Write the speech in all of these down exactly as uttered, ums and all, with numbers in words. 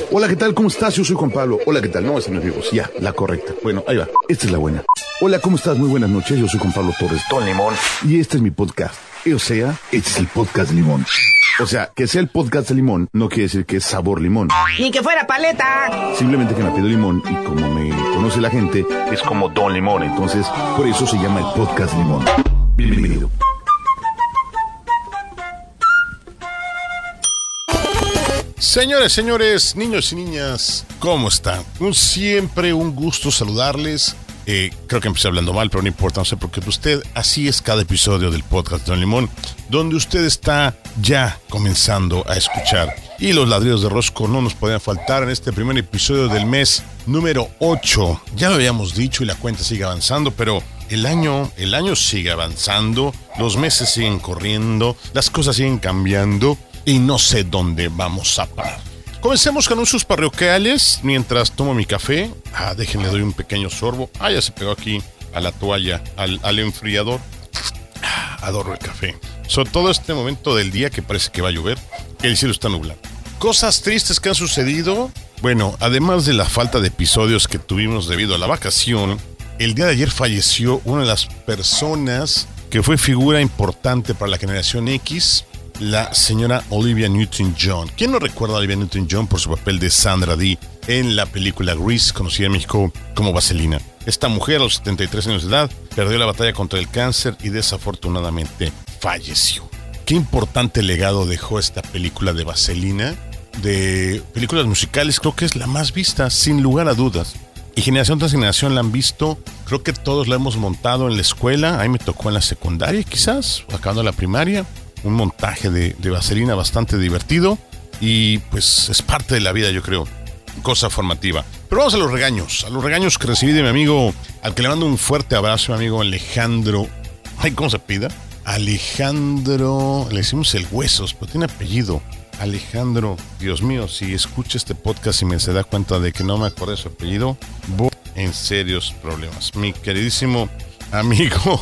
Hola, ¿qué tal? ¿Cómo estás? Yo soy Juan Pablo. Hola, ¿qué tal? No, esa no es mi voz. Ya, la correcta. Bueno, ahí va. Esta es la buena. Hola, ¿cómo estás? Muy buenas noches. Yo soy Juan Pablo Torres, Don Limón. Y este es mi podcast. O sea, este es el podcast de limón. O sea, que sea el podcast de limón no quiere decir que es sabor limón. Ni que fuera paleta. Simplemente que me pido limón y como me conoce la gente, es como Don Limón. Entonces, por eso se llama el podcast limón. Bienvenido. Señores, señores, niños y niñas, ¿cómo están? Un, siempre un gusto saludarles. Eh, creo que empecé hablando mal, pero no importa, no sé por qué usted. Así es cada episodio del podcast de Don Limón, donde usted está ya comenzando a escuchar. Y los ladridos de Rosco no nos podían faltar en este primer episodio del mes número ocho. Ya lo habíamos dicho y la cuenta sigue avanzando, pero el año, el año sigue avanzando, los meses siguen corriendo, las cosas siguen cambiando y no sé dónde vamos a parar. Comencemos con anuncios parroquiales mientras tomo mi café. Ah, déjenle, doy un pequeño sorbo. Ah, ya se pegó aquí a la toalla, al, al enfriador. Ah, adoro el café. Sobre todo este momento del día que parece que va a llover, que el cielo está nublado. Cosas tristes que han sucedido. Bueno, además de la falta de episodios que tuvimos debido a la vacación, el día de ayer falleció una de las personas que fue figura importante para la generación X, la señora Olivia Newton-John. ¿Quién no recuerda a Olivia Newton-John por su papel de Sandra Dee en la película Grease, conocida en México como Vaselina? Esta mujer, a los setenta y tres años de edad, perdió la batalla contra el cáncer y desafortunadamente falleció. Qué importante legado dejó esta película de Vaselina. De películas musicales, creo que es la más vista, sin lugar a dudas. Y generación tras generación la han visto. Creo que todos la hemos montado en la escuela. A mí me tocó en la secundaria, quizás, acabando la primaria. Un montaje de, de Vaselina bastante divertido y pues es parte de la vida, yo creo, cosa formativa. Pero vamos a los regaños, a los regaños que recibí de mi amigo, al que le mando un fuerte abrazo, mi amigo Alejandro. Ay, ¿cómo se pida? Alejandro, le decimos el Huesos, pero tiene apellido. Alejandro, Dios mío, si escucha este podcast y me se da cuenta de que no me acuerdo de su apellido, voy en serios problemas. Mi queridísimo amigo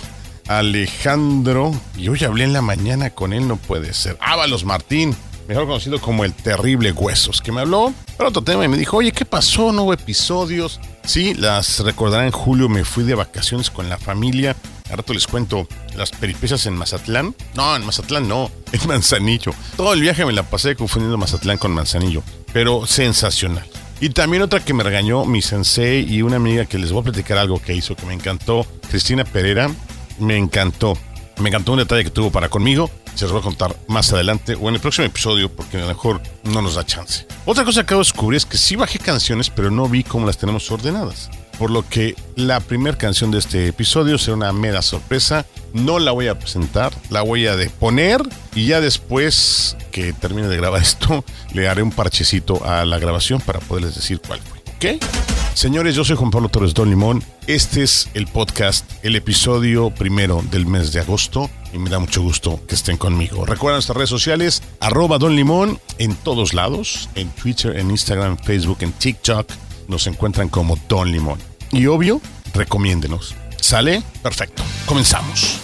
Alejandro, y hoy hablé en la mañana con él, no puede ser. Ábalos Martín, mejor conocido como el Terrible Huesos, que me habló para otro tema y me dijo, oye, ¿qué pasó? ¿No hubo episodios? Sí, las recordarán, en julio me fui de vacaciones con la familia. A rato les cuento las peripecias en Mazatlán. No, en Mazatlán no, en Manzanillo. Todo el viaje me la pasé confundiendo Mazatlán con Manzanillo, pero sensacional. Y también otra que me regañó mi sensei y una amiga que les voy a platicar algo que hizo que me encantó, Cristina Pereira. Me encantó, me encantó un detalle que tuvo para conmigo. Se los voy a contar más adelante o en el próximo episodio porque a lo mejor no nos da chance. Otra cosa que acabo de descubrir es que sí bajé canciones, pero no vi cómo las tenemos ordenadas. Por lo que la primera canción de este episodio será una mera sorpresa. No la voy a presentar, la voy a de poner y ya después que termine de grabar esto, le haré un parchecito a la grabación para poderles decir cuál fue. ¿Ok? Señores, yo soy Juan Pablo Torres Don Limón. Este es el podcast, el episodio primero del mes de agosto y me da mucho gusto que estén conmigo. Recuerden nuestras redes sociales, arroba Don Limón en todos lados, en Twitter, en Instagram, Facebook, en TikTok. Nos encuentran como Don Limón. Y obvio, recomiéndenos. ¿Sale? Perfecto. Comenzamos.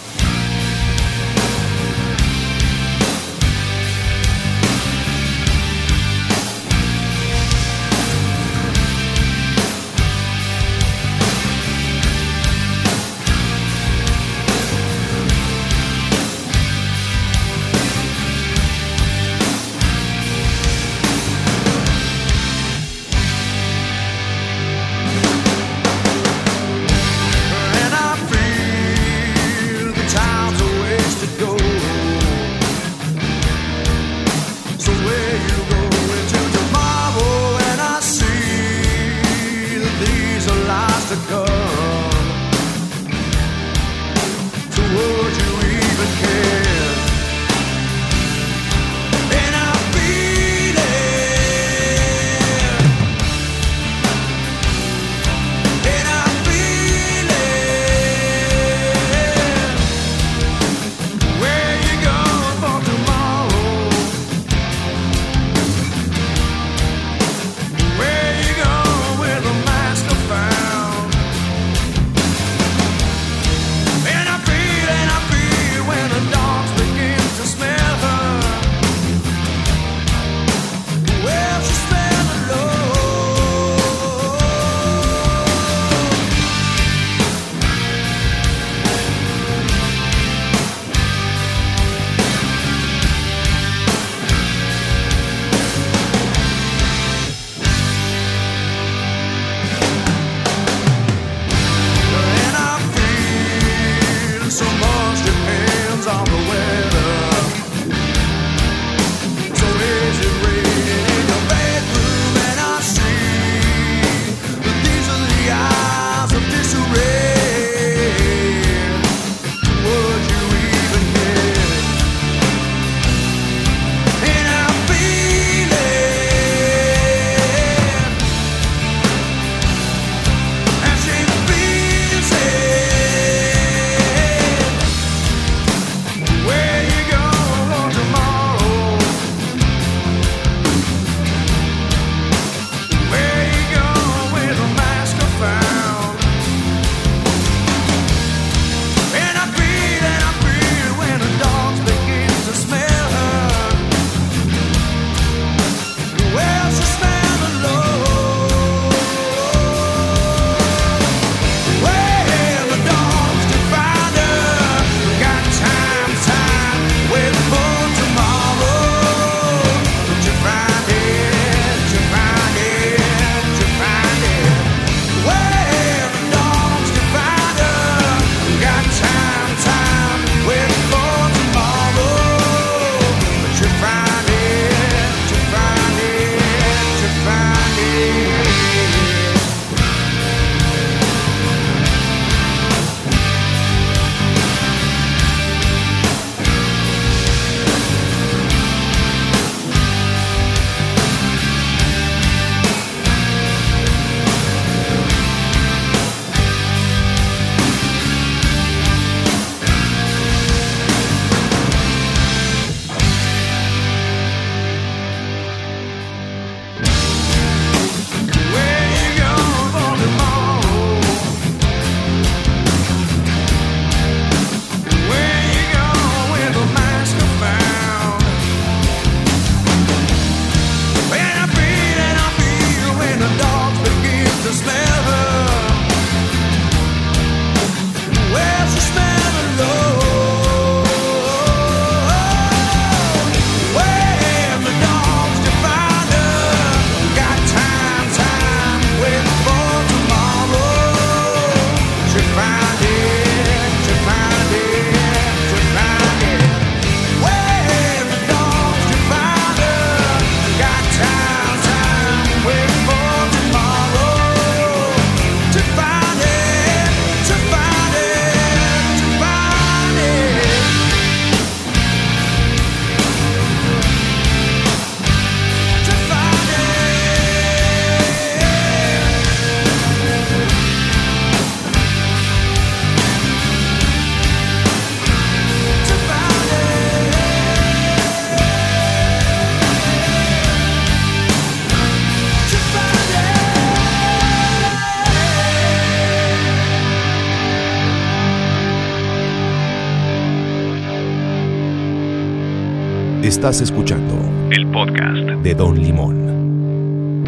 Estás escuchando el podcast de Don Limón.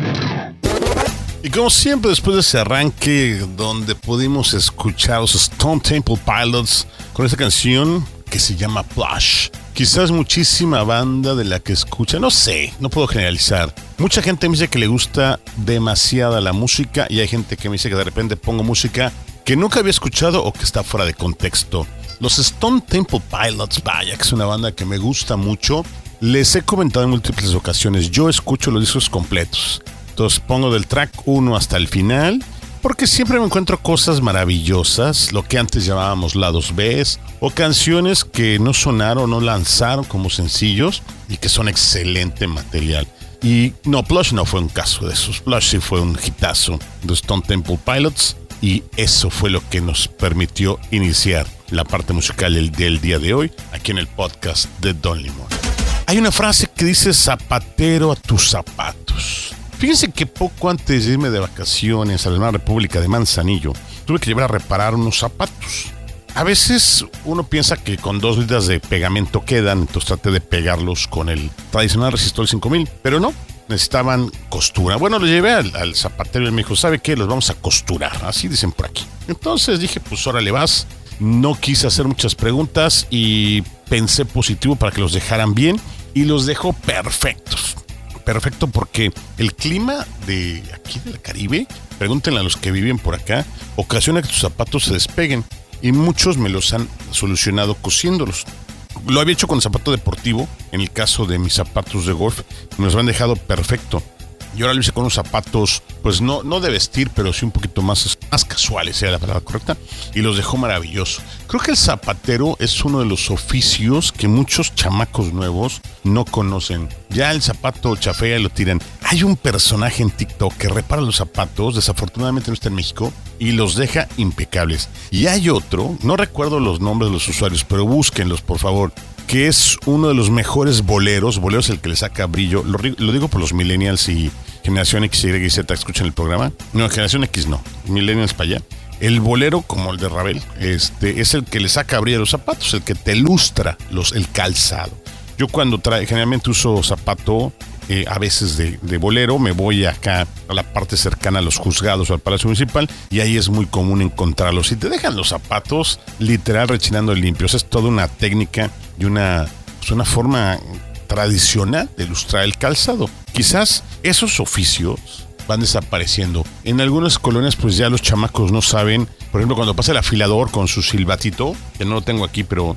Y como siempre, después de ese arranque donde pudimos escuchar a los Stone Temple Pilots con esta canción que se llama Plush. Quizás muchísima banda de la que escucha, no sé, no puedo generalizar. Mucha gente me dice que le gusta demasiada la música y hay gente que me dice que de repente pongo música que nunca había escuchado o que está fuera de contexto. Los Stone Temple Pilots, vaya, que es una banda que me gusta mucho. Les he comentado en múltiples ocasiones, yo escucho los discos completos. Entonces pongo del track uno hasta el final, porque siempre me encuentro cosas maravillosas, lo que antes llamábamos lados B, o canciones que no sonaron, no lanzaron como sencillos y que son excelente material. Y no, Plush no fue un caso de esos. Plush sí fue un hitazo de Stone Temple Pilots y eso fue lo que nos permitió iniciar la parte musical del, del día de hoy aquí en el podcast de Don Limón. Hay una frase que dice zapatero a tus zapatos. Fíjense que poco antes de irme de vacaciones a la hermana República de Manzanillo, tuve que llevar a reparar unos zapatos. A veces uno piensa que con dos libras de pegamento quedan, entonces trate de pegarlos con el tradicional resistor cinco mil, pero no, necesitaban costura. Bueno, lo llevé al, al zapatero y me dijo, ¿sabe qué? Los vamos a costurar, así dicen por aquí. Entonces dije, pues órale vas. No quise hacer muchas preguntas y pensé positivo para que los dejaran bien y los dejó perfectos. Perfecto porque el clima de aquí del Caribe, pregúntenle a los que viven por acá, ocasiona que tus zapatos se despeguen y muchos me los han solucionado cosiéndolos. Lo había hecho con el zapato deportivo, en el caso de mis zapatos de golf, me los han dejado perfecto. Y ahora lo hice con unos zapatos, pues no, no de vestir, pero sí un poquito más, más casuales, sería la palabra correcta, y los dejó maravilloso. Creo que el zapatero es uno de los oficios que muchos chamacos nuevos no conocen. Ya el zapato chafea y lo tiran. Hay un personaje en TikTok que repara los zapatos, desafortunadamente no está en México, y los deja impecables. Y hay otro, no recuerdo los nombres de los usuarios, pero búsquenlos, por favor, que es uno de los mejores boleros. Bolero es el que le saca brillo. Lo, lo digo por los millennials y generación X, Y y Z, escuchan el programa. No, generación X no, millennials para allá. El bolero, como el de Ravel, este, es el que le saca brillo a los zapatos, el que te lustra los, el calzado. Yo cuando trae, generalmente uso zapato, eh, a veces de, de bolero, me voy acá a la parte cercana a los juzgados o al Palacio Municipal y ahí es muy común encontrarlos. Y te dejan los zapatos literal rechinando limpios. Es toda una técnica y una, pues una forma tradicional de ilustrar el calzado. Quizás esos oficios van desapareciendo. En algunas colonias pues ya los chamacos no saben, por ejemplo cuando pasa el afilador con su silbatito, que no lo tengo aquí, pero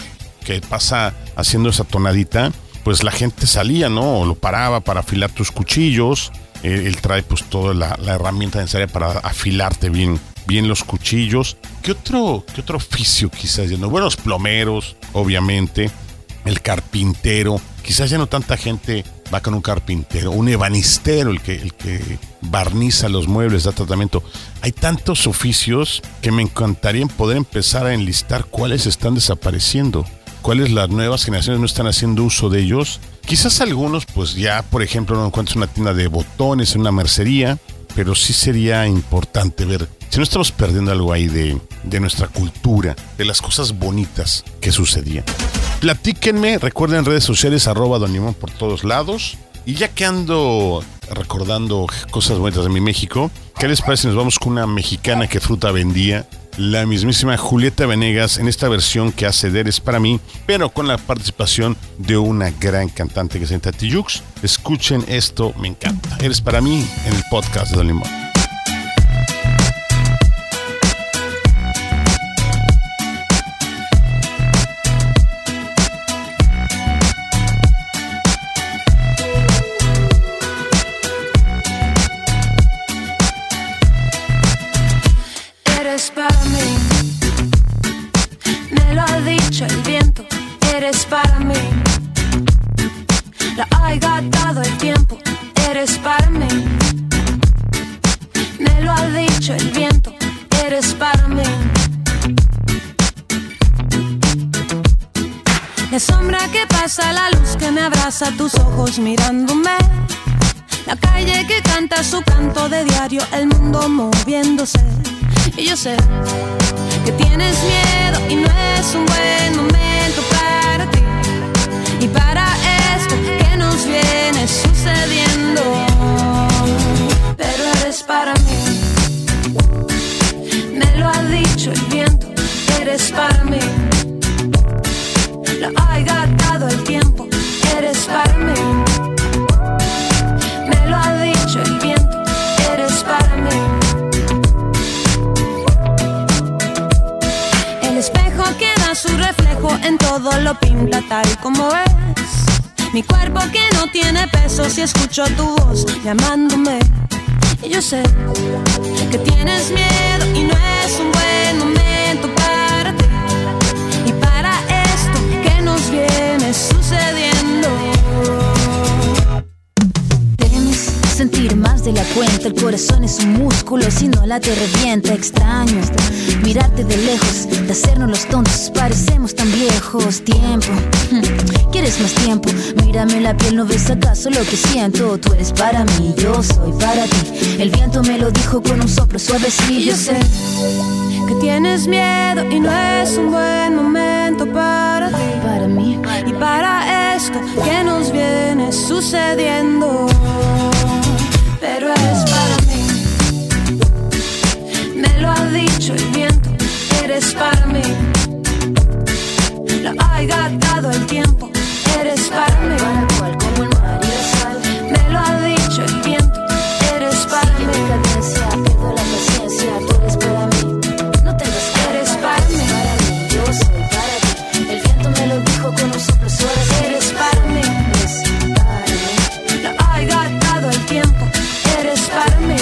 que pasa haciendo esa tonadita, pues la gente salía, ¿no? O lo paraba para afilar tus cuchillos. Él, él trae pues toda la, la herramienta necesaria para afilarte bien, bien los cuchillos. ¿Qué otro, qué otro oficio quizás ya no? Bueno, los plomeros, obviamente. El carpintero. Quizás ya no tanta gente va con un carpintero. Un ebanistero, el que, el que barniza los muebles, da tratamiento. Hay tantos oficios que me encantaría poder empezar a enlistar cuáles están desapareciendo. Cuáles las nuevas generaciones no están haciendo uso de ellos. Quizás algunos, pues ya, por ejemplo, no encuentras una tienda de botones en una mercería, pero sí sería importante ver si no estamos perdiendo algo ahí de, de nuestra cultura, de las cosas bonitas que sucedían. Platíquenme, recuerden redes sociales, arroba Don Limón por todos lados. Y ya que ando recordando cosas bonitas de mi México, ¿qué les parece si nos vamos con una mexicana que fruta vendía? La mismísima Julieta Venegas en esta versión que hace de Eres Para Mí, pero con la participación de una gran cantante que se llama Tati Yux. Escuchen esto, me encanta. Eres Para Mí en el podcast de Don Limón. El viento, eres para mí. La ha gastado el tiempo, eres para mí. Me lo ha dicho el viento, eres para mí. La sombra que pasa, la luz que me abraza, tus ojos mirándome. La calle que canta su canto de diario, el mundo moviéndose. Y yo sé que tienes miedo y no es un buen momento para ti y para él. en todo lo pinta tal como es. Mi cuerpo que no tiene peso si escucho tu voz llamándome. Y yo sé que tienes miedo y no es un buen momento para ti y para esto que nos viene sucediendo. Temes sentir más de la cuenta, el corazón es un músculo, si no la te revienta. Extraño mirarte de lejos, de hacernos los tontos, parecemos tan viejos. Tiempo, ¿quieres más tiempo? Mírame la piel, ¿no ves acaso lo que siento? Tú eres para mí, yo soy para ti. El viento me lo dijo con un soplo suavecito. Y yo sé que tienes miedo y no es un buen momento para ti, para mí y para esto que nos viene sucediendo. Pero es para mí, me lo ha dicho el viento, eres para mí. Lo ha gastado el tiempo, eres para mí. Para cual como el mar y la sal. Me lo ha dicho el viento, eres para Sigue mí. mi cadencia, pierdo la paciencia, tú eres para mí. No tengas Eres para mí. para mí, yo soy para ti. El viento me lo dijo con un soplo suave. Eres para mí. Eres para mí. Lo ha gastado el tiempo, eres para mí.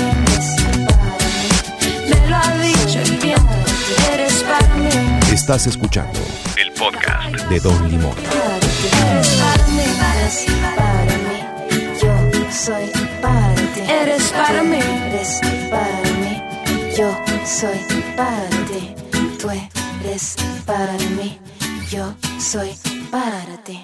Me lo ha dicho el viento, eres para mí. Estás escuchando el podcast de Don Limón. Eres para mí, Eres para mí, yo soy para ti. eres para mí. Eres para mí, yo soy para ti. Tú eres para mí, yo soy para ti.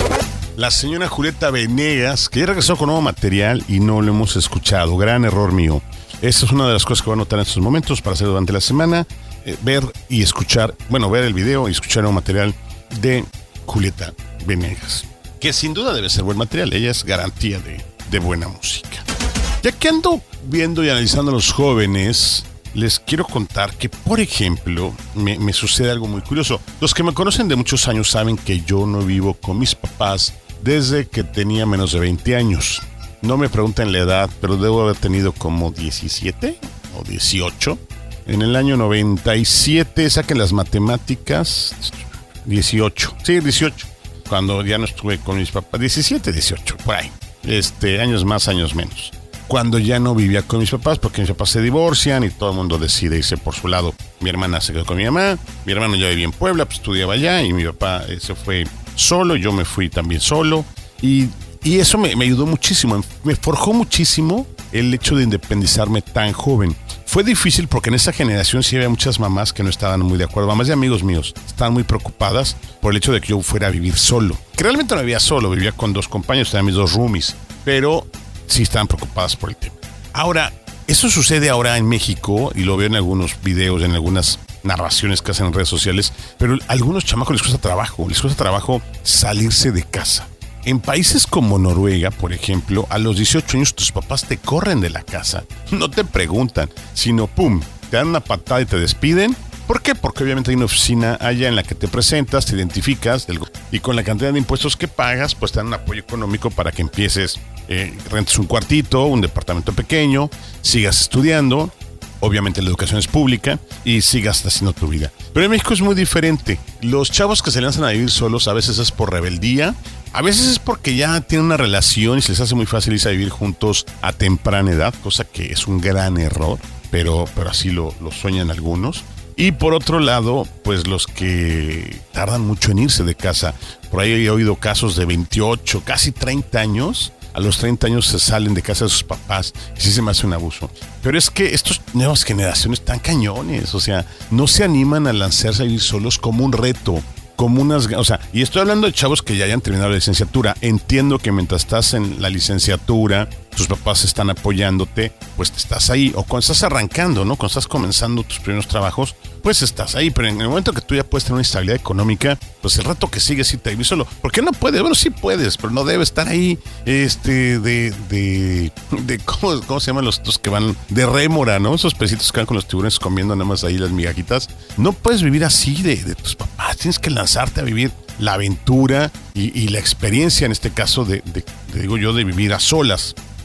La señora Julieta Venegas, que ya regresó con nuevo material y no lo hemos escuchado. Gran error mío. Esta es una de las cosas que voy a notar en estos momentos para hacer durante la semana. Eh, ver y escuchar, bueno, ver el video y escuchar nuevo material de Julieta Venegas, que sin duda debe ser buen material. Ella es garantía de, de buena música. Ya que ando viendo y analizando a los jóvenes, les quiero contar que, por ejemplo, me, me sucede algo muy curioso. Los que me conocen de muchos años saben que yo no vivo con mis papás desde que tenía menos de veinte años. No me pregunten la edad, pero debo haber tenido como diecisiete o dieciocho. En el año noventa y siete, saquen las matemáticas, dieciocho. Sí, dieciocho. Cuando ya no estuve con mis papás, diecisiete, dieciocho, por ahí. Este, años más, años menos. Cuando ya no vivía con mis papás, porque mis papás se divorcian y todo el mundo decide irse por su lado. Mi hermana se quedó con mi mamá, mi hermano ya vivía en Puebla, pues estudiaba allá, y mi papá eh, se fue solo, yo me fui también solo. Y, y eso me, me ayudó muchísimo, me forjó muchísimo el hecho de independizarme tan joven. Fue difícil porque en esa generación sí había muchas mamás que no estaban muy de acuerdo, mamás de amigos míos, estaban muy preocupadas por el hecho de que yo fuera a vivir solo. Que realmente no vivía solo, vivía con dos compañeros, eran mis dos roomies, pero sí estaban preocupadas por el tema. Ahora, eso sucede ahora en México, y lo veo en algunos videos, en algunas narraciones que hacen en redes sociales, pero a algunos chamacos les cuesta trabajo, les cuesta trabajo salirse de casa. En países como Noruega, por ejemplo, a los dieciocho años tus papás te corren de la casa. No te preguntan, sino pum, te dan una patada y te despiden. ¿Por qué? Porque obviamente hay una oficina allá en la que te presentas, te identificas, y con la cantidad de impuestos que pagas, pues te dan un apoyo económico para que empieces, eh, rentes un cuartito, un departamento pequeño, sigas estudiando. Obviamente la educación es pública y sigas haciendo tu vida. Pero en México es muy diferente. Los chavos que se lanzan a vivir solos a veces es por rebeldía, a veces es porque ya tienen una relación y se les hace muy fácil irse a vivir juntos a temprana edad, cosa que es un gran error, pero, pero así lo, lo sueñan algunos. Y por otro lado, pues los que tardan mucho en irse de casa. Por ahí he oído casos de veintiocho, casi treinta años. A los treinta años se salen de casa de sus papás y sí se me hace un abuso. Pero es que estas nuevas generaciones están cañones, o sea, no se animan a lanzarse a vivir solos como un reto, como unas... O sea, y estoy hablando de chavos que ya hayan terminado la licenciatura. Entiendo que mientras estás en la licenciatura, tus papás están apoyándote, pues te estás ahí. O cuando estás arrancando, ¿no? Cuando estás comenzando tus primeros trabajos, pues estás ahí. Pero en el momento que tú ya puedes tener una estabilidad económica, pues el rato que sigues y te vives solo. ¿Por qué no puedes? Bueno, sí puedes, pero no debes estar ahí, este, de, de, de ¿cómo, cómo se llaman los, los que van de rémora, ¿no? Esos pesitos que van con los tiburones comiendo nada más ahí las migajitas. No puedes vivir así de, de tus papás. Tienes que lanzarte a vivir la aventura y, y la experiencia, en este caso, de, de, de, digo yo, de vivir a solas.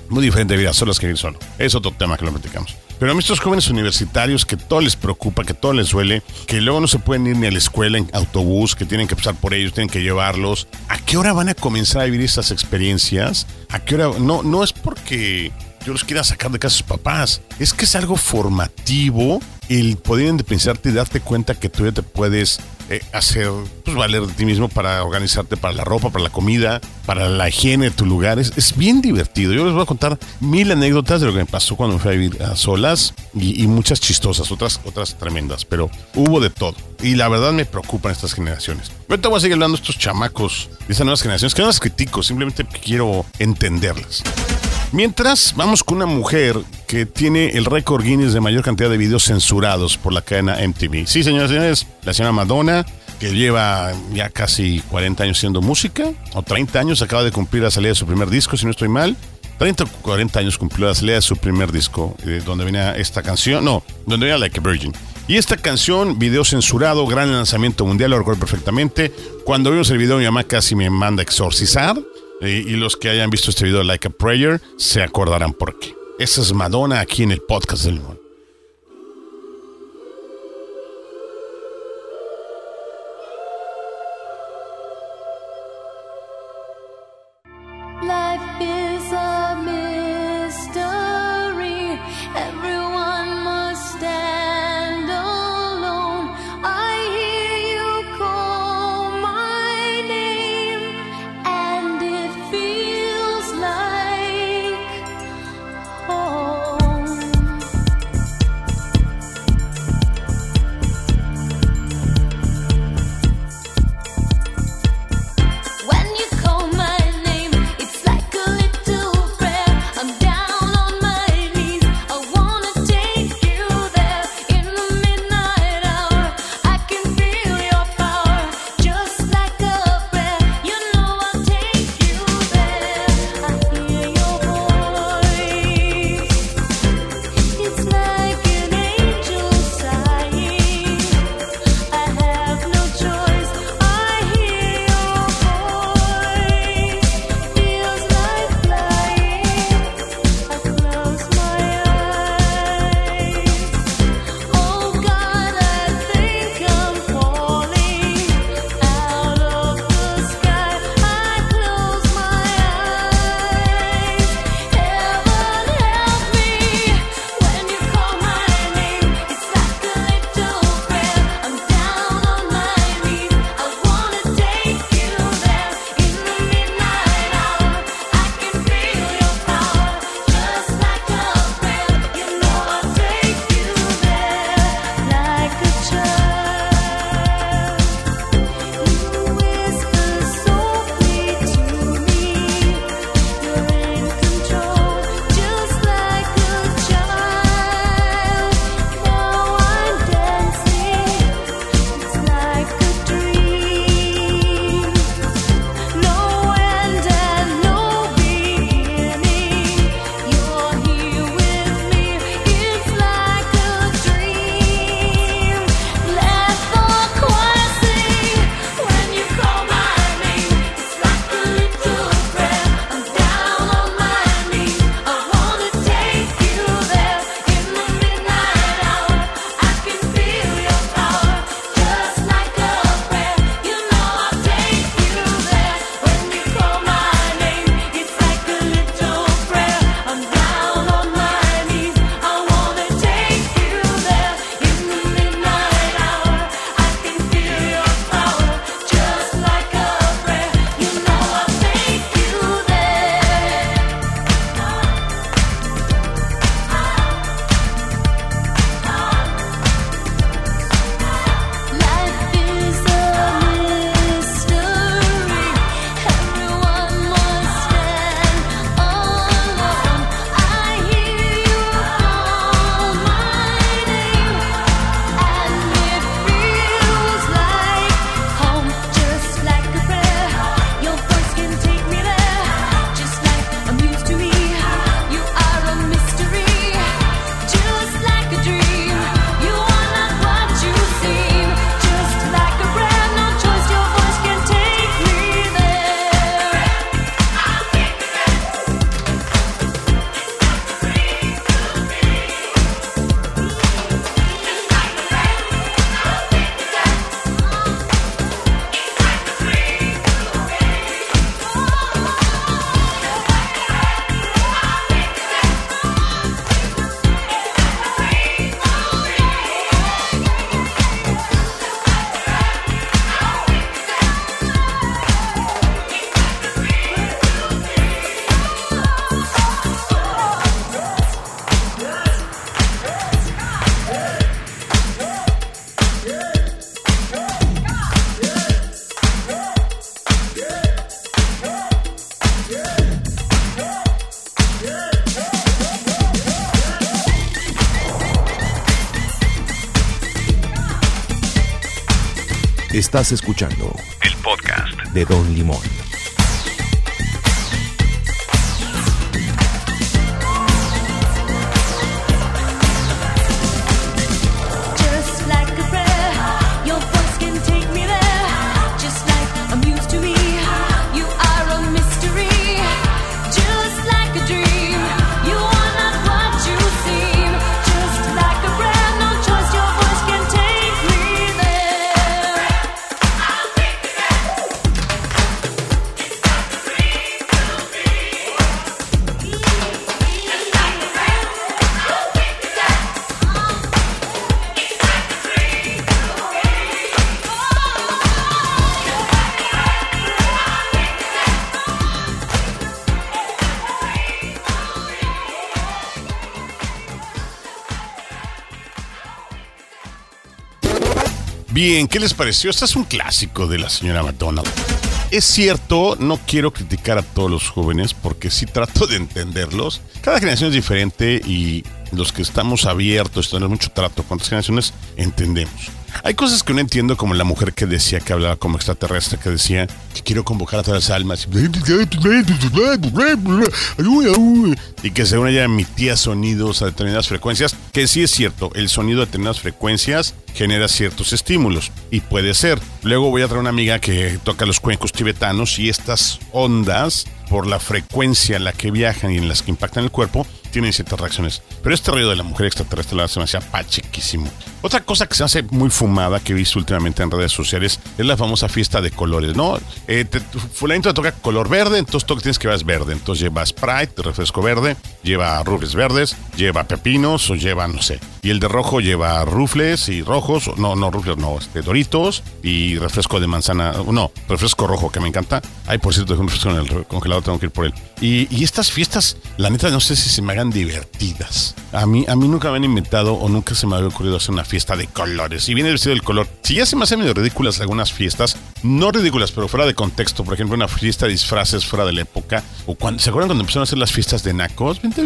Muy diferente vivir a solas que vivir solo. Es otro tema que lo platicamos. Pero a mí estos jóvenes universitarios que todo les preocupa, que todo les duele, que luego no se pueden ir ni a la escuela en autobús, que tienen que pasar por ellos, tienen que llevarlos. ¿A qué hora van a comenzar a vivir estas experiencias? ¿A qué hora? No, no es porque yo los quiera sacar de casa a sus papás. Es que es algo formativo el poder independizarte y darte cuenta que tú ya te puedes eh, hacer, pues valer de ti mismo para organizarte para la ropa, para la comida, para la higiene de tu lugar. Es, es bien divertido. Yo les voy a contar mil anécdotas de lo que me pasó cuando me fui a vivir a solas y, y muchas chistosas, otras, otras tremendas, pero hubo de todo. Y la verdad me preocupan estas generaciones. Ahorita voy a seguir hablando de estos chamacos, de estas nuevas generaciones, que no las critico, simplemente quiero entenderlas. Mientras, vamos con una mujer que tiene el récord Guinness de mayor cantidad de videos censurados por la cadena M T V. Sí, señoras y señores, la señora Madonna, que lleva ya casi cuarenta años haciendo música, o treinta años, acaba de cumplir la salida de su primer disco, si no estoy mal. treinta o cuarenta años cumplió la salida de su primer disco, eh, donde venía esta canción, no, donde venía Like a Virgin. Y esta canción, video censurado, gran lanzamiento mundial, lo recuerdo perfectamente. Cuando vimos el video, mi mamá casi me manda a exorcizar. Y los que hayan visto este video, Like a Prayer, se acordarán por qué. Esa es Madonna aquí en el podcast del Limón. Life is a mystery. Everyone must stand alone. I hear you call my name, and it feels like home. Estás escuchando el podcast de Don Limón. Bien, ¿qué les pareció? Este es un clásico de la señora Madonna. Es cierto, no quiero criticar a todos los jóvenes porque sí trato de entenderlos. Cada generación es diferente y los que estamos abiertos, tenemos mucho trato con otras generaciones, entendemos. Hay cosas que no entiendo, como la mujer que decía que hablaba como extraterrestre, que decía que quiero convocar a todas las almas y que según ella emitía sonidos a determinadas frecuencias, que sí es cierto, el sonido a determinadas frecuencias genera ciertos estímulos y puede ser. Luego voy a traer una amiga que toca los cuencos tibetanos y estas ondas, por la frecuencia en la que viajan y en las que impactan el cuerpo, tienen ciertas reacciones. Pero este rollo de la mujer extraterrestre la se me hacía pachequísimo. Otra cosa que se hace muy fumada que he visto últimamente en redes sociales es la famosa fiesta de colores, ¿no? Eh, te, fulanito te toca color verde, entonces todo lo que tienes que llevar es verde. Entonces lleva Sprite, refresco verde, lleva rufles verdes, lleva pepinos o lleva, no sé. Y el de rojo lleva rufles y rojos, no, no rufles, no, este, Doritos y refresco de manzana, no, refresco rojo que me encanta. Ay, por cierto, dejé un refresco en el congelador, tengo que ir por él. Y, y estas fiestas, la neta, no sé si se me hagan divertidas. A mí, a mí nunca me han inventado o nunca se me había ocurrido hacer una fiesta de colores. Si viene el vestido del color, si ya se me hacen medio ridículas algunas fiestas, no ridículas, pero fuera de contexto. Por ejemplo, una fiesta de disfraces fuera de la época. O cuando, ¿se acuerdan cuando empezaron a hacer las fiestas de nacos? Vente,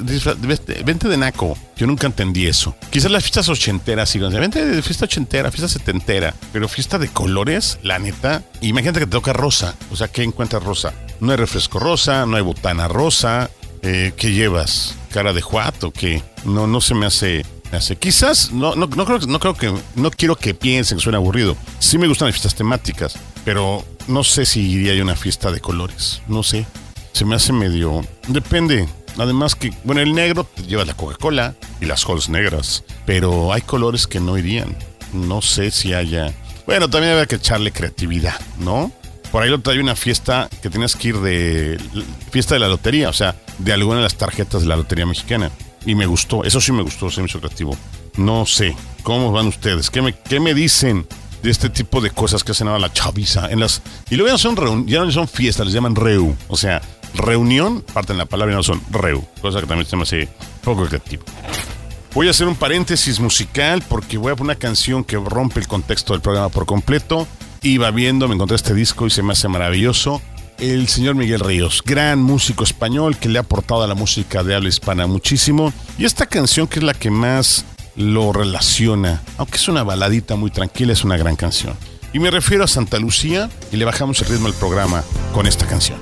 vente, vente de naco. Yo nunca entendí eso. Quizás las fiestas ochenteras, sí, vente de fiesta ochentera, fiesta setentera. Pero fiesta de colores, la neta. Imagínate que te toca rosa. O sea, ¿qué encuentras rosa? No hay refresco rosa, no hay botana rosa. Eh, ¿Qué llevas? ¿Cara de juat o qué? No, no se me hace... me hace. Quizás, no, no, no, creo, no creo que... No quiero que piensen que suena aburrido. Sí me gustan las fiestas temáticas, pero no sé si iría a una fiesta de colores. No sé. Se me hace medio... Depende. Además que, bueno, el negro te llevas la Coca-Cola y las Halls negras, pero hay colores que no irían. No sé si haya... Bueno, también habría que echarle creatividad, ¿no? Por ahí lo trae una fiesta que tenías que ir de... Fiesta de la lotería, o sea, de alguna de las tarjetas de la lotería mexicana. Y me gustó, eso sí me gustó, se me hizo creativo. No sé, ¿cómo van ustedes? ¿Qué me, qué me dicen de este tipo de cosas que hacen ahora la chaviza? En las, y luego ya no son, reun, ya no son fiestas, les llaman reu. O sea, reunión, parten la palabra y no son reu. Cosa que también se me hace poco creativo. Voy a hacer un paréntesis musical porque voy a poner una canción que rompe el contexto del programa por completo. Iba viendo, me encontré este disco y se me hace maravilloso. El señor Miguel Ríos, gran músico español que le ha aportado a la música de habla hispana muchísimo. Y esta canción, que es la que más lo relaciona, aunque es una baladita muy tranquila, es una gran canción. Y me refiero a Santa Lucía, y le bajamos el ritmo al programa con esta canción.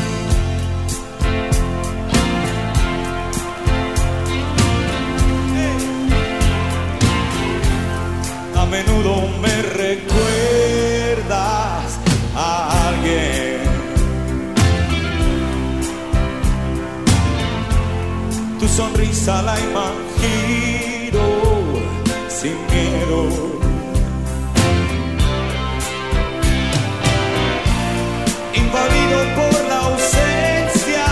A menudo me recuerdas a alguien. Tu sonrisa la imagino sin miedo. Invadido por la ausencia,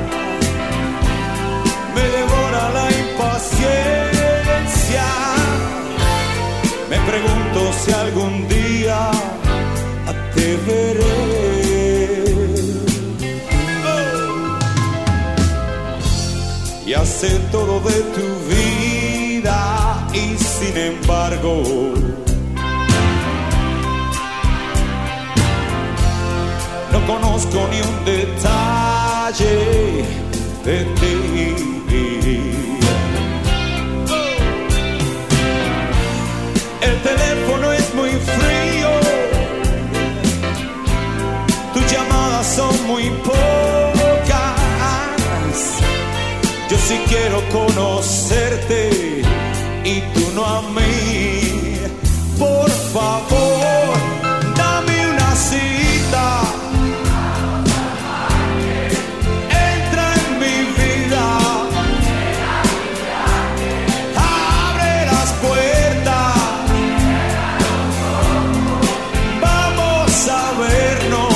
me devora la impaciencia. Me pregunto si algún día te veré. Oh. Ya sé todo de tu vida y sin embargo no conozco ni un detalle de ti. El teléfono es muy frío quiero conocerte y tú no a mí. Por favor, dame una cita. Entra en mi vida. Abre las puertas. Vamos a vernos.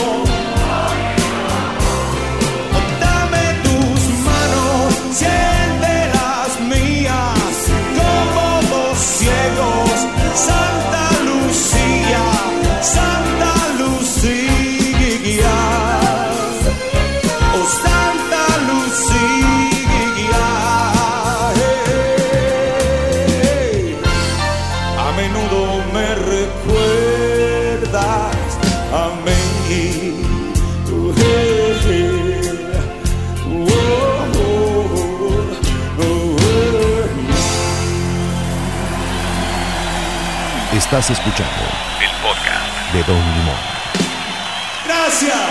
Dame tus manos, siente las mías, como dos ciegos. Santa Lucía, Santa Lucía, oh Santa Lucía. Hey, a menudo me recuerdas a mí. Uh, hey, hey. Oh, oh, oh, oh. Estás escuchando el podcast de Don Limón. Gracias.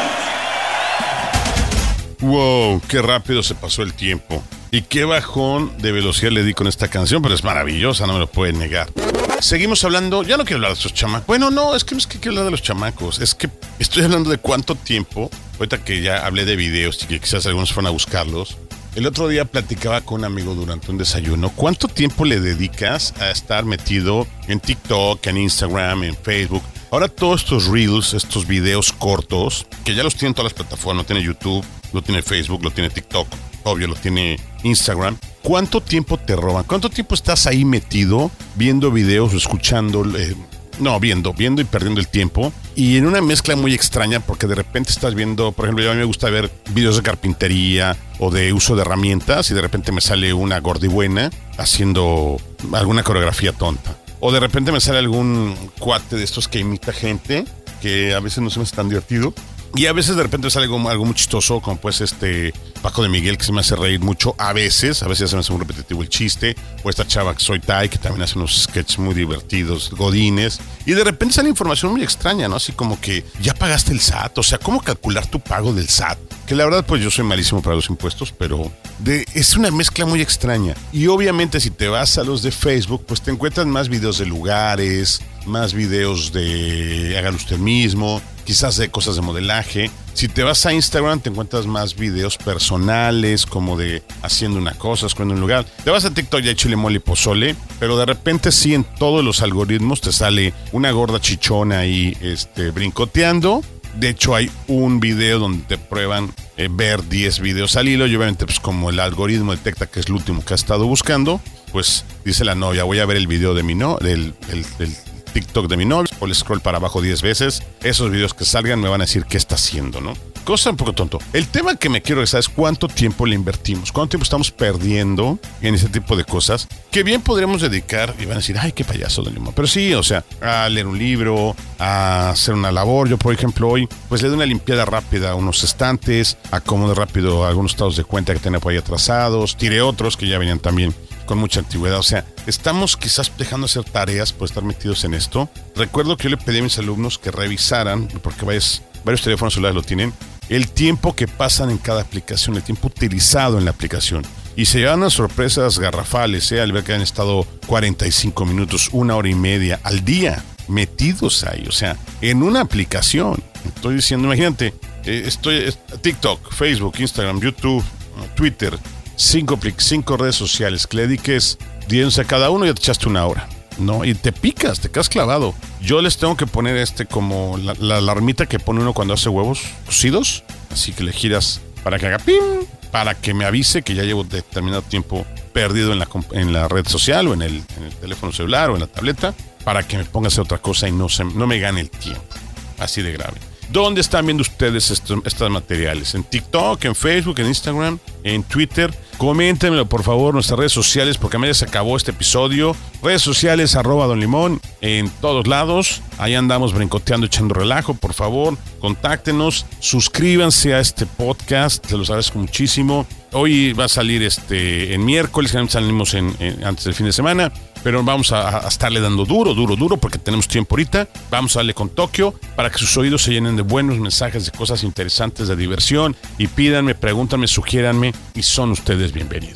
Wow, qué rápido se pasó el tiempo. Y qué bajón de velocidad le di con esta canción, pero es maravillosa, no me lo pueden negar. Seguimos hablando, ya no quiero hablar de estos chamacos. Bueno, no, es que no es que quiero hablar de los chamacos, es que estoy hablando de cuánto tiempo, ahorita que ya hablé de videos y que quizás algunos fueron a buscarlos. El otro día platicaba con un amigo durante un desayuno. ¿Cuánto tiempo le dedicas a estar metido en TikTok, en Instagram, en Facebook? Ahora todos estos reels, estos videos cortos, que ya los tienen todas las plataformas, lo tiene YouTube, lo tiene Facebook, lo tiene TikTok, obvio, lo tiene Instagram. ¿Cuánto tiempo te roban? ¿Cuánto tiempo estás ahí metido viendo videos o escuchando? Eh, no, viendo, viendo y perdiendo el tiempo. Y en una mezcla muy extraña porque de repente estás viendo, por ejemplo, a mí me gusta ver videos de carpintería o de uso de herramientas y de repente me sale una gordibuena haciendo alguna coreografía tonta. O de repente me sale algún cuate de estos que imita gente que a veces no se me hace tan divertido. Y a veces de repente sale algo, algo muy chistoso, como pues este Paco de Miguel, que se me hace reír mucho a veces, a veces se me hace muy repetitivo el chiste, o esta chava que soy Tai, que también hace unos sketches muy divertidos, godines, y de repente sale información muy extraña, ¿no? Así como que ya pagaste el S A T, o sea, ¿cómo calcular tu pago del S A T? Que la verdad, pues yo soy malísimo para los impuestos, pero de, es una mezcla muy extraña. Y obviamente si te vas a los de Facebook, pues te encuentras más videos de lugares, más videos de hágalo usted mismo, quizás de cosas de modelaje. Si te vas a Instagram te encuentras más videos personales, como de haciendo una cosa, escogiendo un lugar. Te vas a TikTok y hay chile, mole y pozole, pero de repente sí en todos los algoritmos te sale una gorda chichona ahí este, brincoteando. De hecho hay un video donde te prueban eh, ver diez videos al hilo y obviamente pues como el algoritmo detecta que es el último que has estado buscando, pues dice la novia, voy a ver el video de mi no, del, del, del TikTok de mi novio, o le scroll para abajo diez veces, esos videos que salgan me van a decir qué está haciendo, ¿no? Cosa un poco tonto. El tema que me quiero regresar es cuánto tiempo le invertimos, cuánto tiempo estamos perdiendo en ese tipo de cosas que bien podríamos dedicar, y van a decir, ay, qué payaso, Don Limón. Pero sí, o sea, a leer un libro, a hacer una labor. Yo, por ejemplo, hoy, pues le doy una limpiada rápida a unos estantes, acomodo rápido algunos estados de cuenta que tenía por ahí atrasados, tiré otros que ya venían también con mucha antigüedad. O sea, estamos quizás dejando de hacer tareas por estar metidos en esto. Recuerdo que yo le pedí a mis alumnos que revisaran, porque varios, varios teléfonos celulares lo tienen, el tiempo que pasan en cada aplicación, el tiempo utilizado en la aplicación. Y se llevan unas sorpresas garrafales, ¿eh? Al ver que han estado cuarenta y cinco minutos, una hora y media al día metidos ahí. O sea, en una aplicación. Estoy diciendo, imagínate, eh, estoy eh, TikTok, Facebook, Instagram, YouTube, Twitter, cinco, cinco redes sociales que le dediques diez a cada uno y ya te echaste una hora, ¿no? Y te picas, te quedas clavado. Yo les tengo que poner este como la, la alarmita que pone uno cuando hace huevos cocidos, así que le giras para que haga pim, para que me avise que ya llevo determinado tiempo perdido en la, en la red social o en el, en el teléfono celular o en la tableta, para que me ponga a hacer otra cosa y no, se, no me gane el tiempo. Así de grave. ¿Dónde están viendo ustedes estos, estos materiales? ¿En TikTok, en Facebook, en Instagram, en Twitter? Coméntenmelo, por favor, en nuestras redes sociales, porque a media se acabó este episodio. Redes sociales, arroba Don Limón, en todos lados. Ahí andamos brincoteando, echando relajo. Por favor, contáctenos, suscríbanse a este podcast, se los agradezco muchísimo. Hoy va a salir este en miércoles, que salimos en, en, antes del fin de semana. Pero vamos a, a estarle dando duro, duro, duro, porque tenemos tiempo ahorita. Vamos a darle con Tokio para que sus oídos se llenen de buenos mensajes, de cosas interesantes, de diversión. Y pídanme, pregúntanme, sugiéranme, y son ustedes bienvenidos.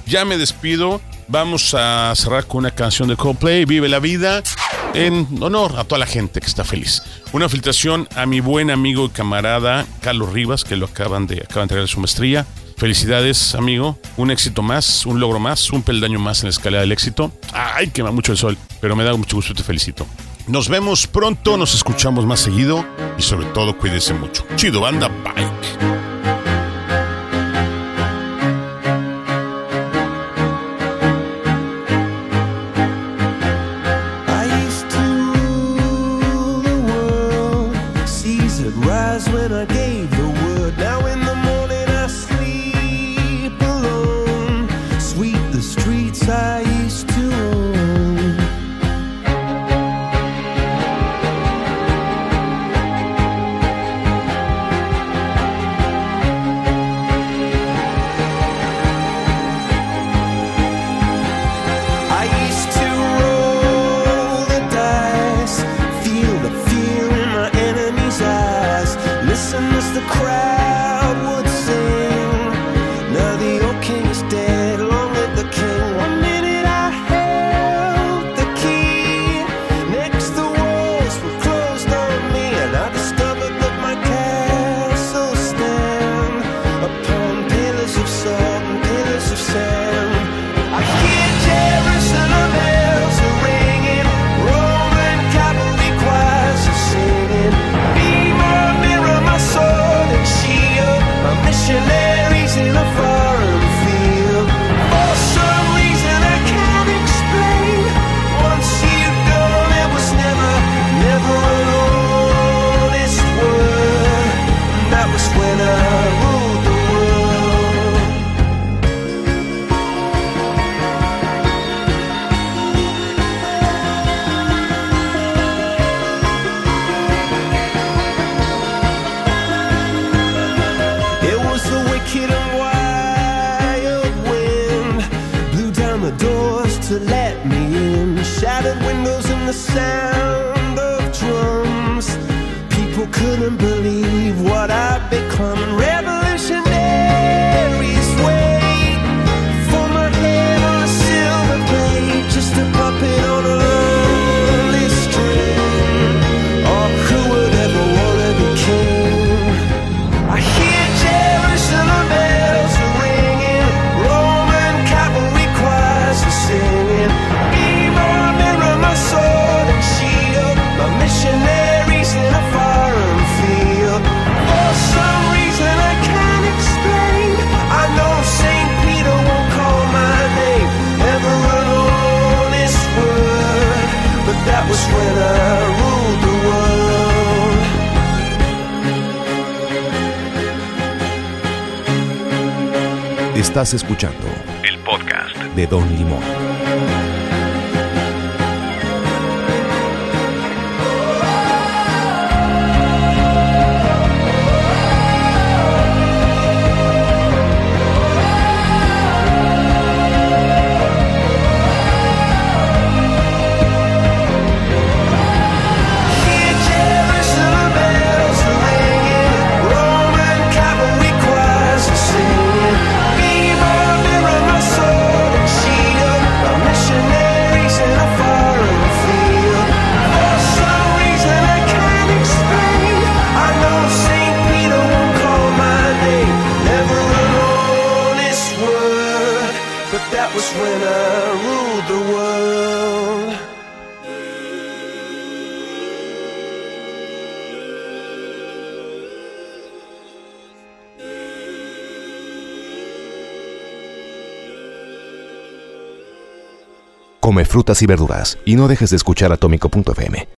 Ya me despido. Vamos a cerrar con una canción de Coldplay, Vive la Vida, en honor a toda la gente que está feliz. Una filtración a mi buen amigo y camarada Carlos Rivas, que lo acaban de, acaban de entregar su maestría. Felicidades, amigo. Un éxito más, un logro más, un peldaño más en la escalera del éxito. Ay, quema mucho el sol, pero me da mucho gusto y te felicito. Nos vemos pronto, nos escuchamos más seguido y sobre todo cuídense mucho. Chido, banda, bye. Sound of drums, people couldn't believe what I'd become. Revolutionaries wait for my head on a silver plate, just a puppet on a lonely string. Oh, who would ever wanna be king? I hear Jerusalem bells are ringing, Roman cavalry choirs are singing. Be my mirror, my soul. Missionaries in a foreign field. For some reason I can't explain, I know Saint Peter won't call my name, never an honest word, but that was when I ruled the world. Estás escuchando el podcast de Don Limón. Come frutas y verduras y no dejes de escuchar Atómico punto f m.